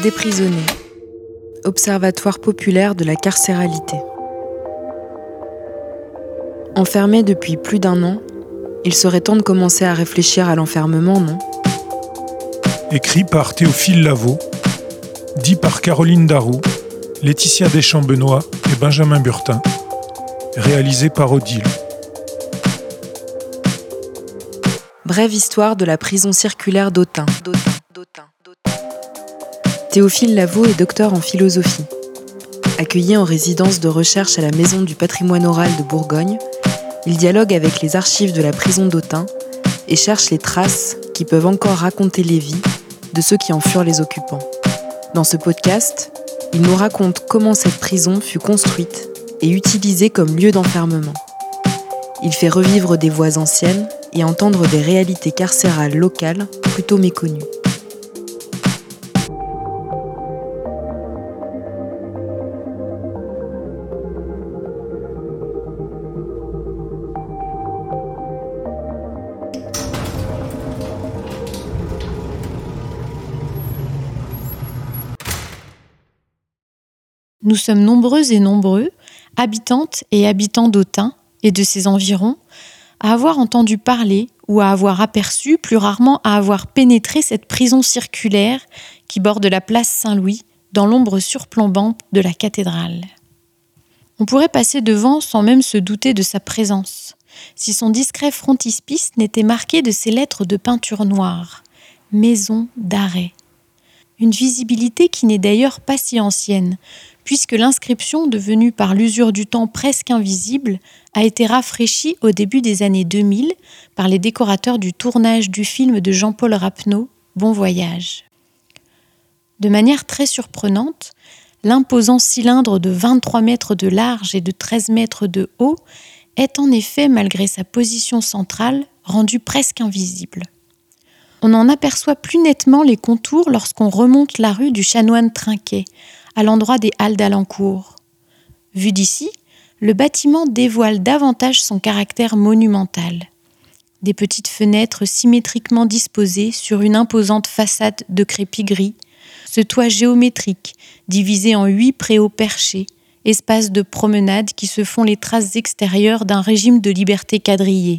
Déprisonnés, Observatoire populaire de la carcéralité. Enfermés depuis plus d'1 an, il serait temps de commencer à réfléchir à l'enfermement, non ? Écrit par Théophile Lavaux, dit par Caroline Darroux, Laetitia Deschamps-Benoît et Benjamin Burtin. Réalisé par Odile. Brève histoire de la prison circulaire d'Autun. Théophile Lavaux est docteur en philosophie. Accueilli en résidence de recherche à la Maison du patrimoine oral de Bourgogne, il dialogue avec les archives de la prison d'Autun et cherche les traces qui peuvent encore raconter les vies de ceux qui en furent les occupants. Dans ce podcast, il nous raconte comment cette prison fut construite et utilisée comme lieu d'enfermement. Il fait revivre des voix anciennes et entendre des réalités carcérales locales plutôt méconnues. Nous sommes nombreuses et nombreux, habitantes et habitants d'Autun et de ses environs, à avoir entendu parler ou à avoir aperçu, plus rarement à avoir pénétré cette prison circulaire qui borde la place Saint-Louis dans l'ombre surplombante de la cathédrale. On pourrait passer devant sans même se douter de sa présence, si son discret frontispice n'était marqué de ces lettres de peinture noire, maison d'arrêt. Une visibilité qui n'est d'ailleurs pas si ancienne, puisque l'inscription, devenue par l'usure du temps presque invisible, a été rafraîchie au début des années 2000 par les décorateurs du tournage du film de Jean-Paul Rappeneau, Bon voyage. De manière très surprenante, l'imposant cylindre de 23 mètres de large et de 13 mètres de haut est en effet, malgré sa position centrale, rendu presque invisible. On en aperçoit plus nettement les contours lorsqu'on remonte la rue du Chanoine-Trinquet, à l'endroit des Halles d'Alencourt. Vu d'ici, le bâtiment dévoile davantage son caractère monumental. Des petites fenêtres symétriquement disposées sur une imposante façade de crépi gris, ce toit géométrique divisé en 8 préaux perchés, espaces de promenade qui se font les traces extérieures d'un régime de liberté quadrillé.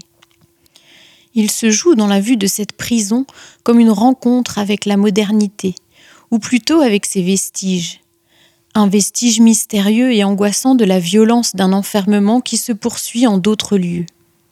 Il se joue dans la vue de cette prison comme une rencontre avec la modernité, ou plutôt avec ses vestiges. Un vestige mystérieux et angoissant de la violence d'un enfermement qui se poursuit en d'autres lieux.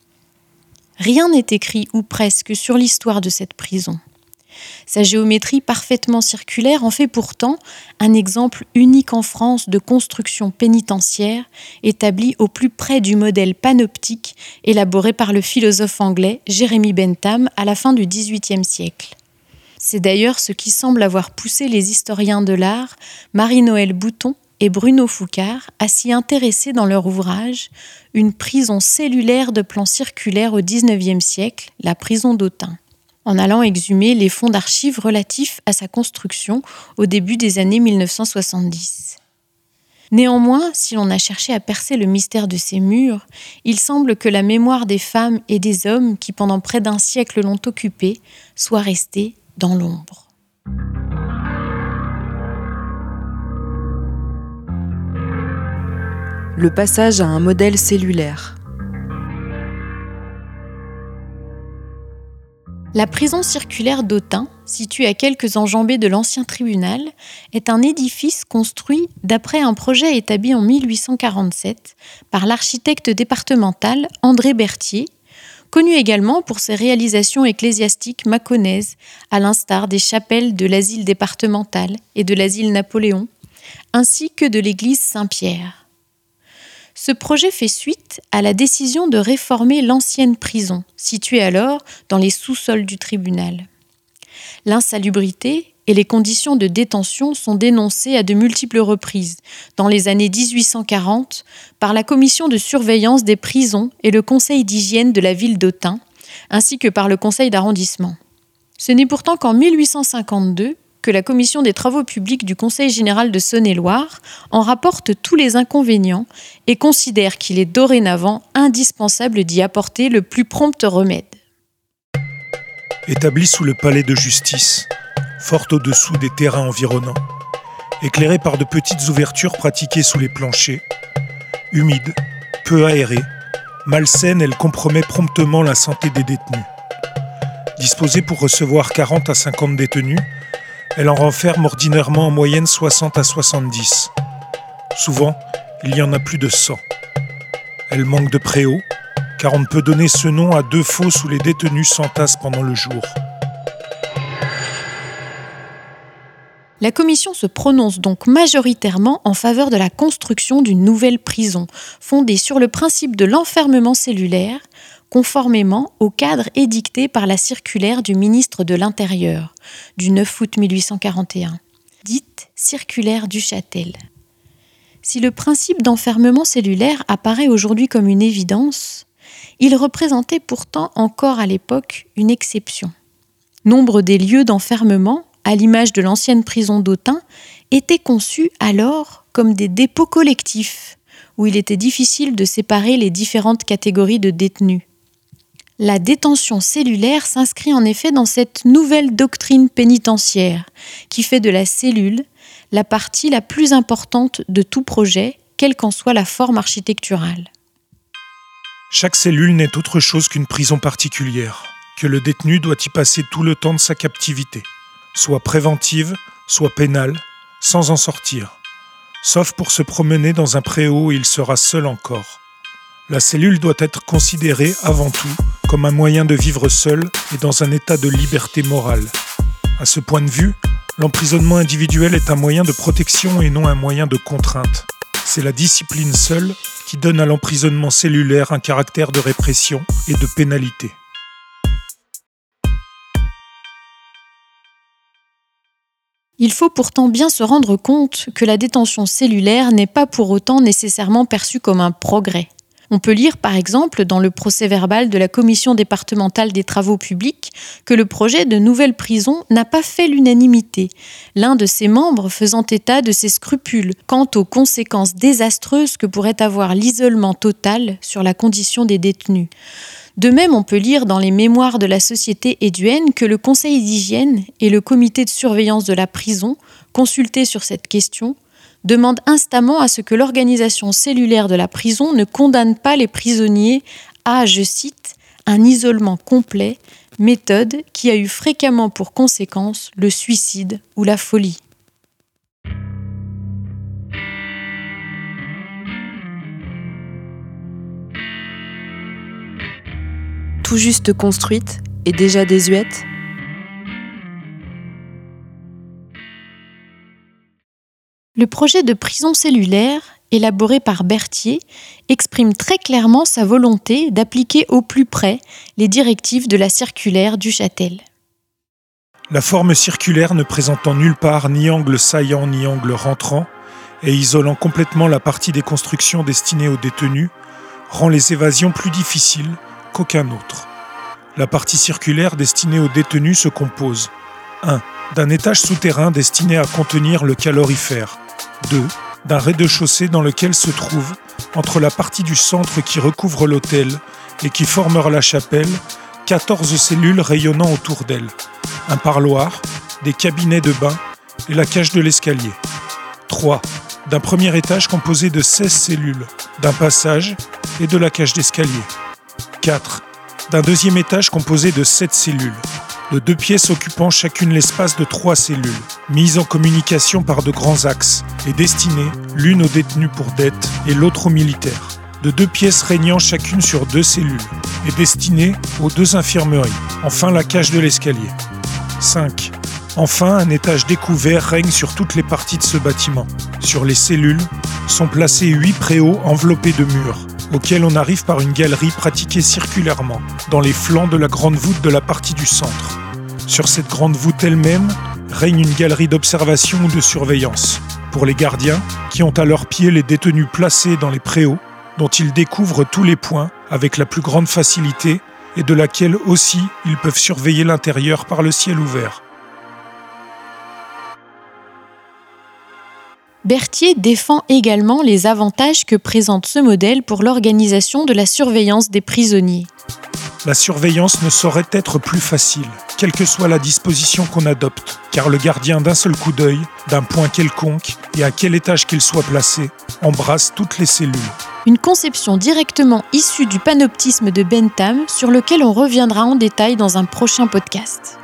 Rien n'est écrit, ou presque, sur l'histoire de cette prison. Sa géométrie parfaitement circulaire en fait pourtant un exemple unique en France de construction pénitentiaire établie au plus près du modèle panoptique élaboré par le philosophe anglais Jeremy Bentham à la fin du XVIIIe siècle. C'est d'ailleurs ce qui semble avoir poussé les historiens de l'art, Marie-Noëlle Bouton et Bruno Foucard, à s'y intéresser dans leur ouvrage « Une prison cellulaire de plan circulaire au XIXe siècle, la prison d'Autun », en allant exhumer les fonds d'archives relatifs à sa construction au début des années 1970. Néanmoins, si l'on a cherché à percer le mystère de ces murs, il semble que la mémoire des femmes et des hommes qui pendant près d'1 siècle l'ont occupée soit restée dans l'ombre. Le passage à un modèle cellulaire. La prison circulaire d'Autun, située à quelques enjambées de l'ancien tribunal, est un édifice construit d'après un projet établi en 1847 par l'architecte départemental André Berthier, connu également pour ses réalisations ecclésiastiques mâconnaises, à l'instar des chapelles de l'asile départemental et de l'asile Napoléon, ainsi que de l'église Saint-Pierre. Ce projet fait suite à la décision de réformer l'ancienne prison, située alors dans les sous-sols du tribunal. L'insalubrité et les conditions de détention sont dénoncées à de multiples reprises, dans les années 1840, par la commission de surveillance des prisons et le conseil d'hygiène de la ville d'Autun, ainsi que par le conseil d'arrondissement. Ce n'est pourtant qu'en 1852 que la commission des travaux publics du Conseil général de Saône-et-Loire en rapporte tous les inconvénients et considère qu'il est dorénavant indispensable d'y apporter le plus prompt remède. Établie sous le palais de justice, forte au-dessous des terrains environnants, éclairée par de petites ouvertures pratiquées sous les planchers. Humide, peu aérée, malsaine, elle compromet promptement la santé des détenus. Disposée pour recevoir 40 à 50 détenus, elle en renferme ordinairement en moyenne 60 à 70. Souvent, il y en a plus de 100. Elle manque de préau, car on ne peut donner ce nom à 2 fosses où les détenus s'entassent pendant le jour. La commission se prononce donc majoritairement en faveur de la construction d'une nouvelle prison, fondée sur le principe de l'enfermement cellulaire, conformément au cadre édicté par la circulaire du ministre de l'Intérieur du 9 août 1841, dite circulaire du Châtel. Si le principe d'enfermement cellulaire apparaît aujourd'hui comme une évidence, il représentait pourtant encore à l'époque une exception. Nombre des lieux d'enfermement, à l'image de l'ancienne prison d'Autun, étaient conçus alors comme des dépôts collectifs, où il était difficile de séparer les différentes catégories de détenus. La détention cellulaire s'inscrit en effet dans cette nouvelle doctrine pénitentiaire qui fait de la cellule la partie la plus importante de tout projet, quelle qu'en soit la forme architecturale. Chaque cellule n'est autre chose qu'une prison particulière, que le détenu doit y passer tout le temps de sa captivité, soit préventive, soit pénale, sans en sortir, sauf pour se promener dans un préau où il sera seul encore. La cellule doit être considérée avant tout comme un moyen de vivre seul et dans un état de liberté morale. À ce point de vue, l'emprisonnement individuel est un moyen de protection et non un moyen de contrainte. C'est la discipline seule qui donne à l'emprisonnement cellulaire un caractère de répression et de pénalité. Il faut pourtant bien se rendre compte que la détention cellulaire n'est pas pour autant nécessairement perçue comme un progrès. On peut lire par exemple dans le procès-verbal de la Commission départementale des travaux publics que le projet de nouvelle prison n'a pas fait l'unanimité, l'un de ses membres faisant état de ses scrupules quant aux conséquences désastreuses que pourrait avoir l'isolement total sur la condition des détenus. De même, on peut lire dans les mémoires de la Société éduenne que le Conseil d'hygiène et le comité de surveillance de la prison, consultés sur cette question, demandent instamment à ce que l'organisation cellulaire de la prison ne condamne pas les prisonniers à, je cite, « un isolement complet », méthode qui a eu fréquemment pour conséquence le suicide ou la folie. Tout juste construite et déjà désuète, Le projet de prison cellulaire, élaboré par Berthier, exprime très clairement sa volonté d'appliquer au plus près les directives de la circulaire du Châtel. La forme circulaire ne présentant nulle part ni angle saillant ni angle rentrant et isolant complètement la partie des constructions destinées aux détenus, rend les évasions plus difficiles qu'aucun autre. La partie circulaire destinée aux détenus se compose 1. D'un étage souterrain destiné à contenir le calorifère. 2. D'un rez-de-chaussée dans lequel se trouve, entre la partie du centre qui recouvre l'autel et qui formera la chapelle, 14 cellules rayonnant autour d'elle. Un parloir, des cabinets de bain et la cage de l'escalier. 3. D'un premier étage composé de 16 cellules, d'un passage et de la cage d'escalier. 4. D'un deuxième étage composé de 7 cellules, de 2 pièces occupant chacune l'espace de 3 cellules, mises en communication par de grands axes et destinées l'une aux détenus pour dette et l'autre aux militaires, de 2 pièces régnant chacune sur 2 cellules et destinées aux 2 infirmeries, enfin la cage de l'escalier. 5. Enfin, un étage découvert règne sur toutes les parties de ce bâtiment. Sur les cellules sont placés 8 préaux enveloppés de murs, auxquels on arrive par une galerie pratiquée circulairement, dans les flancs de la grande voûte de la partie du centre. Sur cette grande voûte elle-même, règne une galerie d'observation ou de surveillance, pour les gardiens, qui ont à leurs pieds les détenus placés dans les préaux, dont ils découvrent tous les points avec la plus grande facilité et de laquelle aussi ils peuvent surveiller l'intérieur par le ciel ouvert. Berthier défend également les avantages que présente ce modèle pour l'organisation de la surveillance des prisonniers. la surveillance ne saurait être plus facile, quelle que soit la disposition qu'on adopte, car le gardien d'un seul coup d'œil, d'un point quelconque, et à quel étage qu'il soit placé, embrasse toutes les cellules. Une conception directement issue du panoptisme de Bentham sur lequel on reviendra en détail dans un prochain podcast.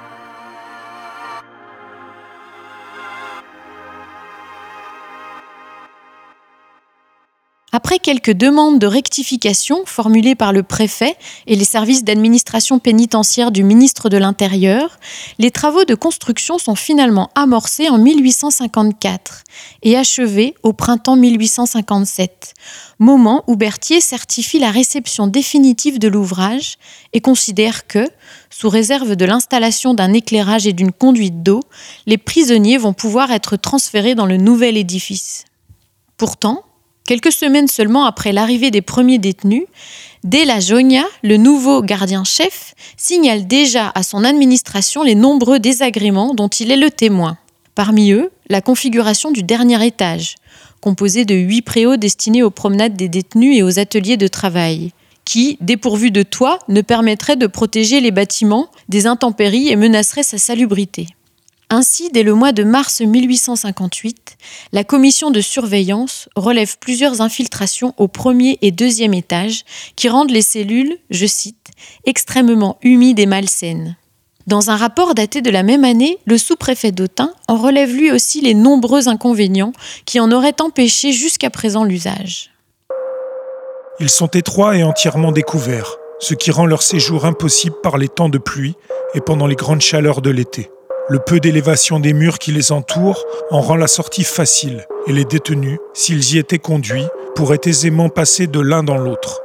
Après quelques demandes de rectification formulées par le préfet et les services d'administration pénitentiaire du ministre de l'Intérieur, les travaux de construction sont finalement amorcés en 1854 et achevés au printemps 1857, moment où Berthier certifie la réception définitive de l'ouvrage et considère que, sous réserve de l'installation d'un éclairage et d'une conduite d'eau, les prisonniers vont pouvoir être transférés dans le nouvel édifice. Pourtant, quelques semaines seulement après l'arrivée des premiers détenus, Della Gioia, le nouveau gardien-chef, signale déjà à son administration les nombreux désagréments dont il est le témoin. Parmi eux, la configuration du dernier étage, composé de 8 préaux destinés aux promenades des détenus et aux ateliers de travail, qui, dépourvus de toit, ne permettraient de protéger les bâtiments des intempéries et menaceraient sa salubrité. Ainsi, dès le mois de mars 1858, la commission de surveillance relève plusieurs infiltrations au premier et deuxième étage qui rendent les cellules, je cite, « extrêmement humides et malsaines ». Dans un rapport daté de la même année, le sous-préfet d'Autun en relève lui aussi les nombreux inconvénients qui en auraient empêché jusqu'à présent l'usage. Ils sont étroits et entièrement découverts, ce qui rend leur séjour impossible par les temps de pluie et pendant les grandes chaleurs de l'été. Le peu d'élévation des murs qui les entourent en rend la sortie facile et les détenus, s'ils y étaient conduits, pourraient aisément passer de l'un dans l'autre.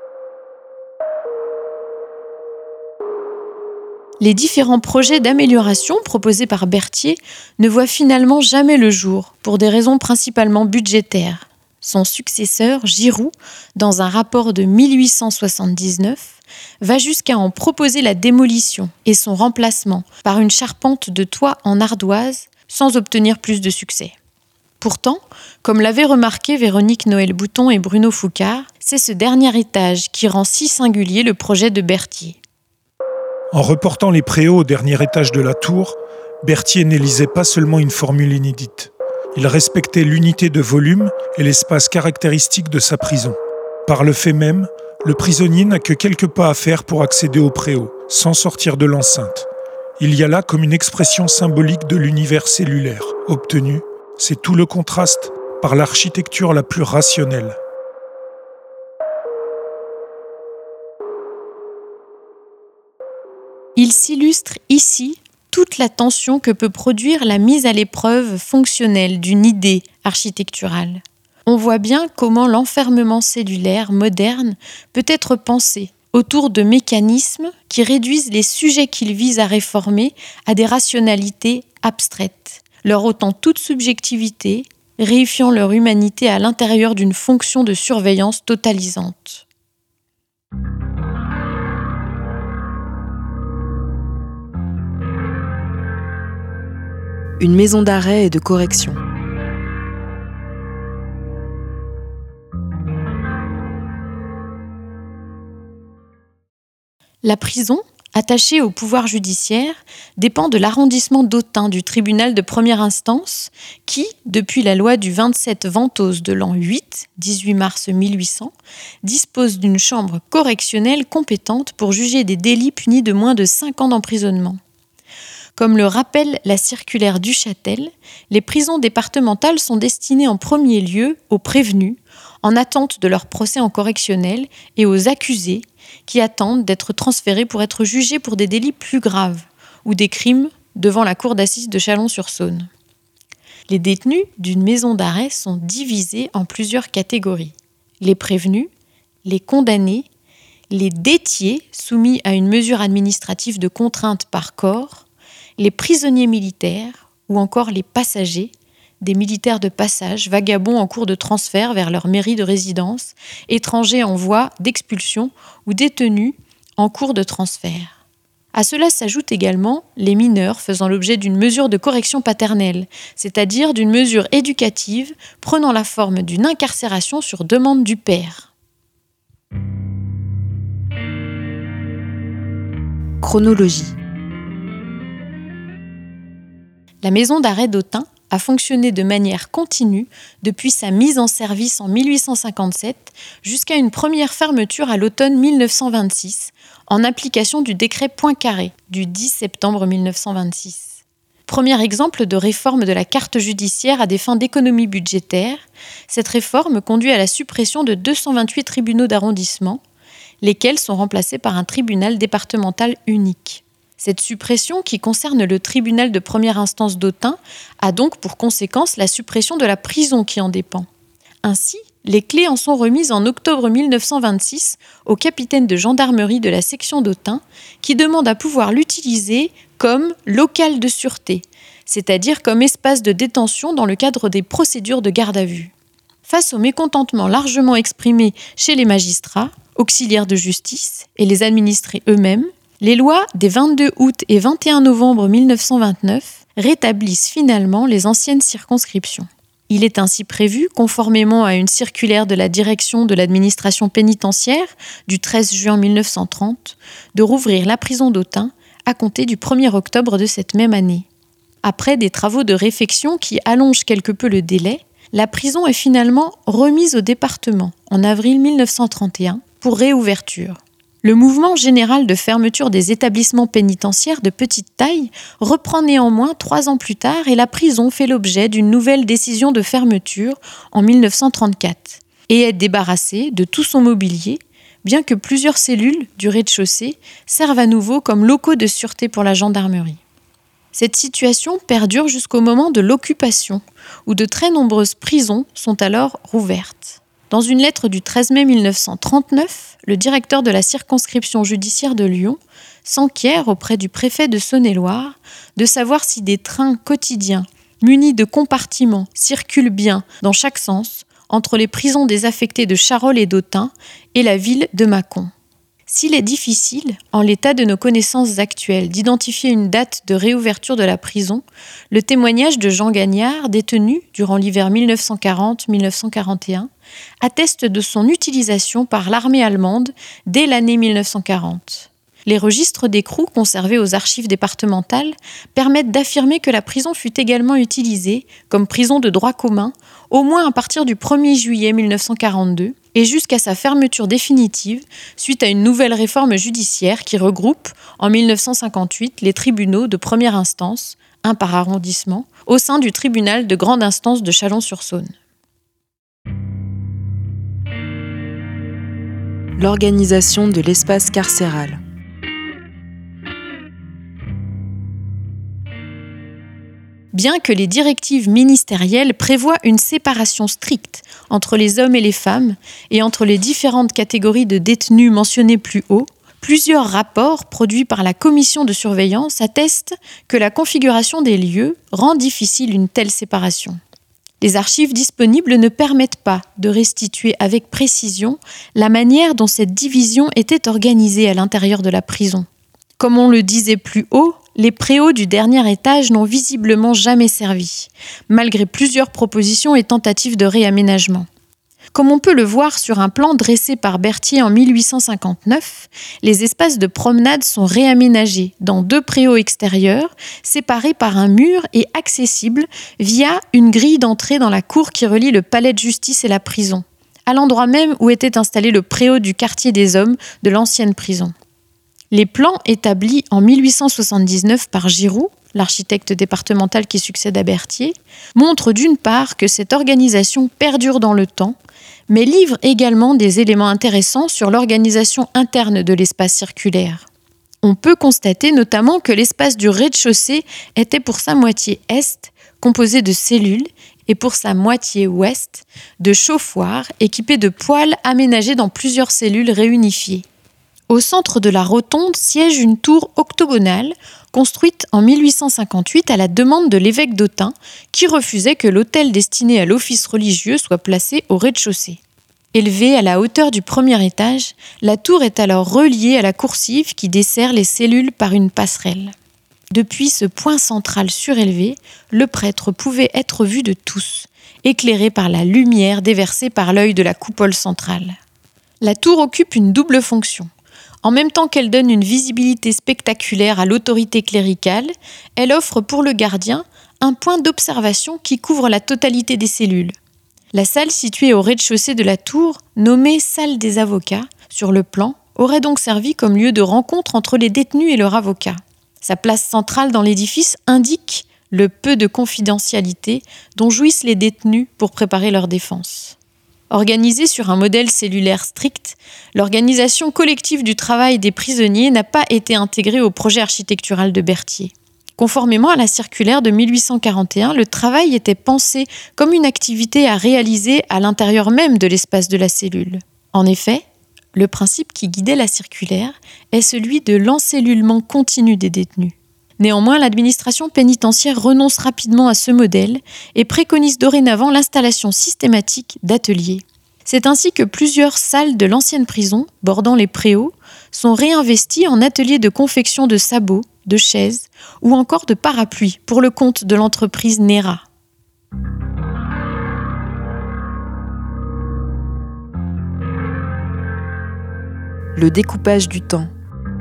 Les différents projets d'amélioration proposés par Berthier ne voient finalement jamais le jour, pour des raisons principalement budgétaires. Son successeur, Giroux, dans un rapport de 1879, va jusqu'à en proposer la démolition et son remplacement par une charpente de toit en ardoise, sans obtenir plus de succès. Pourtant, comme l'avaient remarqué Véronique Noël-Bouton et Bruno Foucard, c'est ce dernier étage qui rend si singulier le projet de Berthier. En reportant les préaux au dernier étage de la tour, Berthier n'élisait pas seulement une formule inédite. Il respectait l'unité de volume et l'espace caractéristique de sa prison. Par le fait même, le prisonnier n'a que quelques pas à faire pour accéder au préau, sans sortir de l'enceinte. Il y a là comme une expression symbolique de l'univers cellulaire. Obtenu, c'est tout le contraste par l'architecture la plus rationnelle. Il s'illustre ici toute la tension que peut produire la mise à l'épreuve fonctionnelle d'une idée architecturale. On voit bien comment l'enfermement cellulaire moderne peut être pensé autour de mécanismes qui réduisent les sujets qu'il vise à réformer à des rationalités abstraites, leur ôtant toute subjectivité, réifiant leur humanité à l'intérieur d'une fonction de surveillance totalisante. Une maison d'arrêt et de correction. La prison, attachée au pouvoir judiciaire, dépend de l'arrondissement d'Autun du tribunal de première instance qui, depuis la loi du 27 Ventose de l'an 8, 18 mars 1800, dispose d'une chambre correctionnelle compétente pour juger des délits punis de moins de 5 ans d'emprisonnement. Comme le rappelle la circulaire Duchâtel, les prisons départementales sont destinées en premier lieu aux prévenus, en attente de leur procès en correctionnel, et aux accusés, qui attendent d'être transférés pour être jugés pour des délits plus graves ou des crimes devant la cour d'assises de Chalon-sur-Saône. Les détenus d'une maison d'arrêt sont divisés en plusieurs catégories. Les prévenus, les condamnés, les détiés soumis à une mesure administrative de contrainte par corps, les prisonniers militaires ou encore les passagers, des militaires de passage, vagabonds en cours de transfert vers leur mairie de résidence, étrangers en voie d'expulsion ou détenus en cours de transfert. À cela s'ajoutent également les mineurs faisant l'objet d'une mesure de correction paternelle, c'est-à-dire d'une mesure éducative prenant la forme d'une incarcération sur demande du père. Chronologie. La maison d'arrêt d'Autun a fonctionné de manière continue depuis sa mise en service en 1857 jusqu'à une première fermeture à l'automne 1926 en application du décret Poincaré du 10 septembre 1926. Premier exemple de réforme de la carte judiciaire à des fins d'économie budgétaire, cette réforme conduit à la suppression de 228 tribunaux d'arrondissement, lesquels sont remplacés par un tribunal départemental unique. Cette suppression, qui concerne le tribunal de première instance d'Autun, a donc pour conséquence la suppression de la prison qui en dépend. Ainsi, les clés en sont remises en octobre 1926 au capitaine de gendarmerie de la section d'Autun, qui demande à pouvoir l'utiliser comme local de sûreté, c'est-à-dire comme espace de détention dans le cadre des procédures de garde à vue. Face au mécontentement largement exprimé chez les magistrats, auxiliaires de justice et les administrés eux-mêmes, les lois des 22 août et 21 novembre 1929 rétablissent finalement les anciennes circonscriptions. Il est ainsi prévu, conformément à une circulaire de la direction de l'administration pénitentiaire du 13 juin 1930, de rouvrir la prison d'Autun à compter du 1er octobre de cette même année. Après des travaux de réfection qui allongent quelque peu le délai, la prison est finalement remise au département en avril 1931 pour réouverture. Le mouvement général de fermeture des établissements pénitentiaires de petite taille reprend néanmoins 3 ans plus tard et la prison fait l'objet d'une nouvelle décision de fermeture en 1934 et est débarrassée de tout son mobilier, bien que plusieurs cellules du rez-de-chaussée servent à nouveau comme locaux de sûreté pour la gendarmerie. Cette situation perdure jusqu'au moment de l'occupation, où de très nombreuses prisons sont alors rouvertes. Dans une lettre du 13 mai 1939, le directeur de la circonscription judiciaire de Lyon s'enquiert auprès du préfet de Saône-et-Loire de savoir si des trains quotidiens munis de compartiments circulent bien dans chaque sens entre les prisons désaffectées de Charolles et d'Autun et la ville de Mâcon. S'il est difficile, en l'état de nos connaissances actuelles, d'identifier une date de réouverture de la prison, le témoignage de Jean Gagnard, détenu durant l'hiver 1940-1941, atteste de son utilisation par l'armée allemande dès l'année 1940. Les registres d'écrou conservés aux archives départementales permettent d'affirmer que la prison fut également utilisée comme prison de droit commun, au moins à partir du 1er juillet 1942, et jusqu'à sa fermeture définitive suite à une nouvelle réforme judiciaire qui regroupe, en 1958, les tribunaux de première instance, un par arrondissement, au sein du tribunal de grande instance de Chalon-sur-Saône. L'organisation de l'espace carcéral. Bien que les directives ministérielles prévoient une séparation stricte entre les hommes et les femmes et entre les différentes catégories de détenus mentionnées plus haut, plusieurs rapports produits par la commission de surveillance attestent que la configuration des lieux rend difficile une telle séparation. Les archives disponibles ne permettent pas de restituer avec précision la manière dont cette division était organisée à l'intérieur de la prison. Comme on le disait plus haut, les préaux du dernier étage n'ont visiblement jamais servi, malgré plusieurs propositions et tentatives de réaménagement. Comme on peut le voir sur un plan dressé par Berthier en 1859, les espaces de promenade sont réaménagés dans 2 préaux extérieurs, séparés par un mur et accessibles via une grille d'entrée dans la cour qui relie le palais de justice et la prison, à l'endroit même où était installé le préau du quartier des hommes de l'ancienne prison. Les plans établis en 1879 par Giroux, l'architecte départemental qui succède à Berthier, montrent d'une part que cette organisation perdure dans le temps, mais livre également des éléments intéressants sur l'organisation interne de l'espace circulaire. On peut constater notamment que l'espace du rez-de-chaussée était pour sa moitié est composé de cellules et pour sa moitié ouest de chauffoirs équipés de poêles aménagés dans plusieurs cellules réunifiées. Au centre de la rotonde siège une tour octogonale construite en 1858 à la demande de l'évêque d'Autun qui refusait que l'autel destiné à l'office religieux soit placé au rez-de-chaussée. Élevée à la hauteur du premier étage, la tour est alors reliée à la coursive qui dessert les cellules par une passerelle. Depuis ce point central surélevé, le prêtre pouvait être vu de tous, éclairé par la lumière déversée par l'œil de la coupole centrale. La tour occupe une double fonction. En même temps qu'elle donne une visibilité spectaculaire à l'autorité cléricale, elle offre pour le gardien un point d'observation qui couvre la totalité des cellules. La salle située au rez-de-chaussée de la tour, nommée salle des avocats, sur le plan, aurait donc servi comme lieu de rencontre entre les détenus et leur avocat. Sa place centrale dans l'édifice indique le peu de confidentialité dont jouissent les détenus pour préparer leur défense. Organisée sur un modèle cellulaire strict, l'organisation collective du travail des prisonniers n'a pas été intégrée au projet architectural de Berthier. Conformément à la circulaire de 1841, le travail était pensé comme une activité à réaliser à l'intérieur même de l'espace de la cellule. En effet, le principe qui guidait la circulaire est celui de l'encellulement continu des détenus. Néanmoins, l'administration pénitentiaire renonce rapidement à ce modèle et préconise dorénavant l'installation systématique d'ateliers. C'est ainsi que plusieurs salles de l'ancienne prison, bordant les préaux, sont réinvesties en ateliers de confection de sabots, de chaises ou encore de parapluies pour le compte de l'entreprise Nera. Le découpage du temps.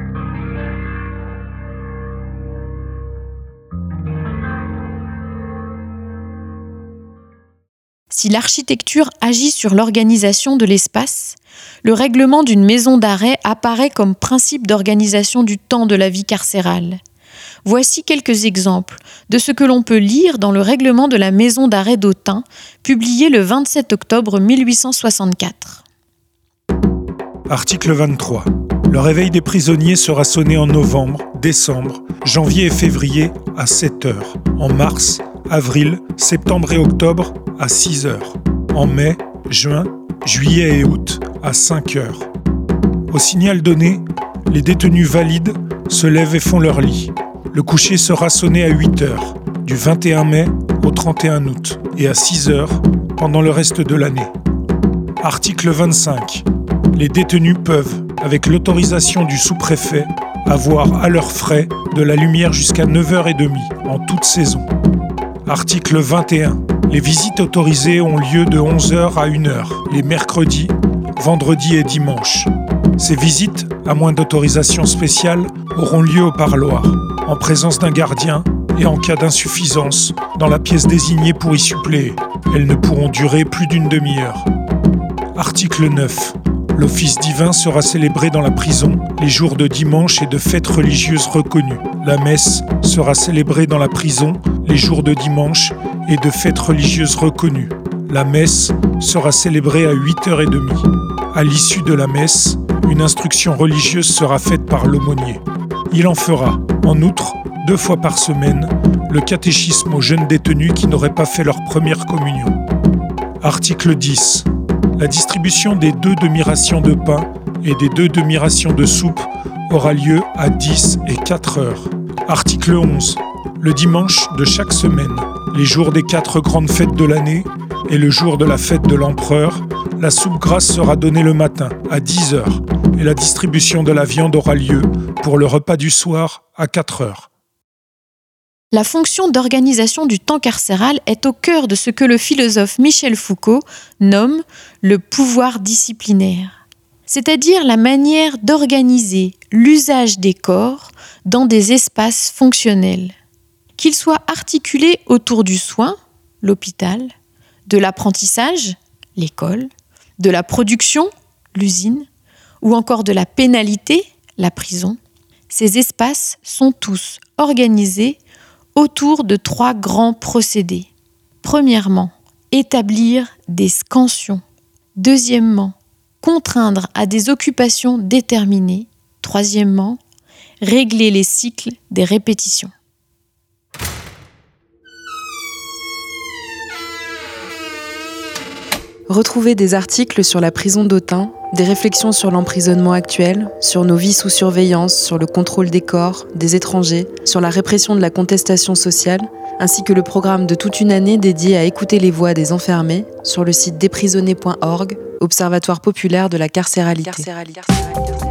Si l'architecture agit sur l'organisation de l'espace, le règlement d'une maison d'arrêt apparaît comme principe d'organisation du temps de la vie carcérale. Voici quelques exemples de ce que l'on peut lire dans le règlement de la maison d'arrêt d'Autun, publié le 27 octobre 1864. Article 23. Le réveil des prisonniers sera sonné en novembre, décembre, janvier et février à 7 heures. En mars, avril, septembre et octobre à 6 heures. En mai, juin, juillet et août à 5 heures. Au signal donné, les détenus valides se lèvent et font leur lit. Le coucher sera sonné à 8 heures, du 21 mai au 31 août, et à 6 heures pendant le reste de l'année. Article 25. Les détenus peuvent, avec l'autorisation du sous-préfet, avoir à leurs frais de la lumière jusqu'à 9h30 en toute saison. Article 21. Les visites autorisées ont lieu de 11h à 1h, les mercredis, vendredis et dimanches. Ces visites, à moins d'autorisation spéciale, auront lieu au parloir, en présence d'un gardien et en cas d'insuffisance, dans la pièce désignée pour y suppléer. Elles ne pourront durer plus d'une demi-heure. Article 9. L'office divin sera célébré dans la prison les jours de dimanche et de fêtes religieuses reconnues. La messe sera célébrée dans la prison les jours de dimanche et de fêtes religieuses reconnues. La messe sera célébrée à 8h30. À l'issue de la messe, une instruction religieuse sera faite par l'aumônier. Il en fera, en outre, 2 fois par semaine, le catéchisme aux jeunes détenus qui n'auraient pas fait leur première communion. Article 10. La distribution des 2 demi-rations de pain et des 2 demi-rations de soupe aura lieu à 10 et 4 heures. Article 11. Le dimanche de chaque semaine, les jours des 4 grandes fêtes de l'année et le jour de la fête de l'empereur, la soupe grasse sera donnée le matin à 10 heures et la distribution de la viande aura lieu pour le repas du soir à 4 heures. La fonction d'organisation du temps carcéral est au cœur de ce que le philosophe Michel Foucault nomme le pouvoir disciplinaire, c'est-à-dire la manière d'organiser l'usage des corps dans des espaces fonctionnels, qu'ils soient articulés autour du soin, l'hôpital, de l'apprentissage, l'école, de la production, l'usine, ou encore de la pénalité, la prison. Ces espaces sont tous organisés autour de 3 grands procédés. Premièrement, établir des scansions. Deuxièmement, contraindre à des occupations déterminées. Troisièmement, régler les cycles des répétitions. Retrouvez des articles sur la prison d'Autun, des réflexions sur l'emprisonnement actuel, sur nos vies sous surveillance, sur le contrôle des corps, des étrangers, sur la répression de la contestation sociale, ainsi que le programme de toute une année dédié à écouter les voix des enfermés sur le site desprisonnés.org, Observatoire populaire de la carcéralité.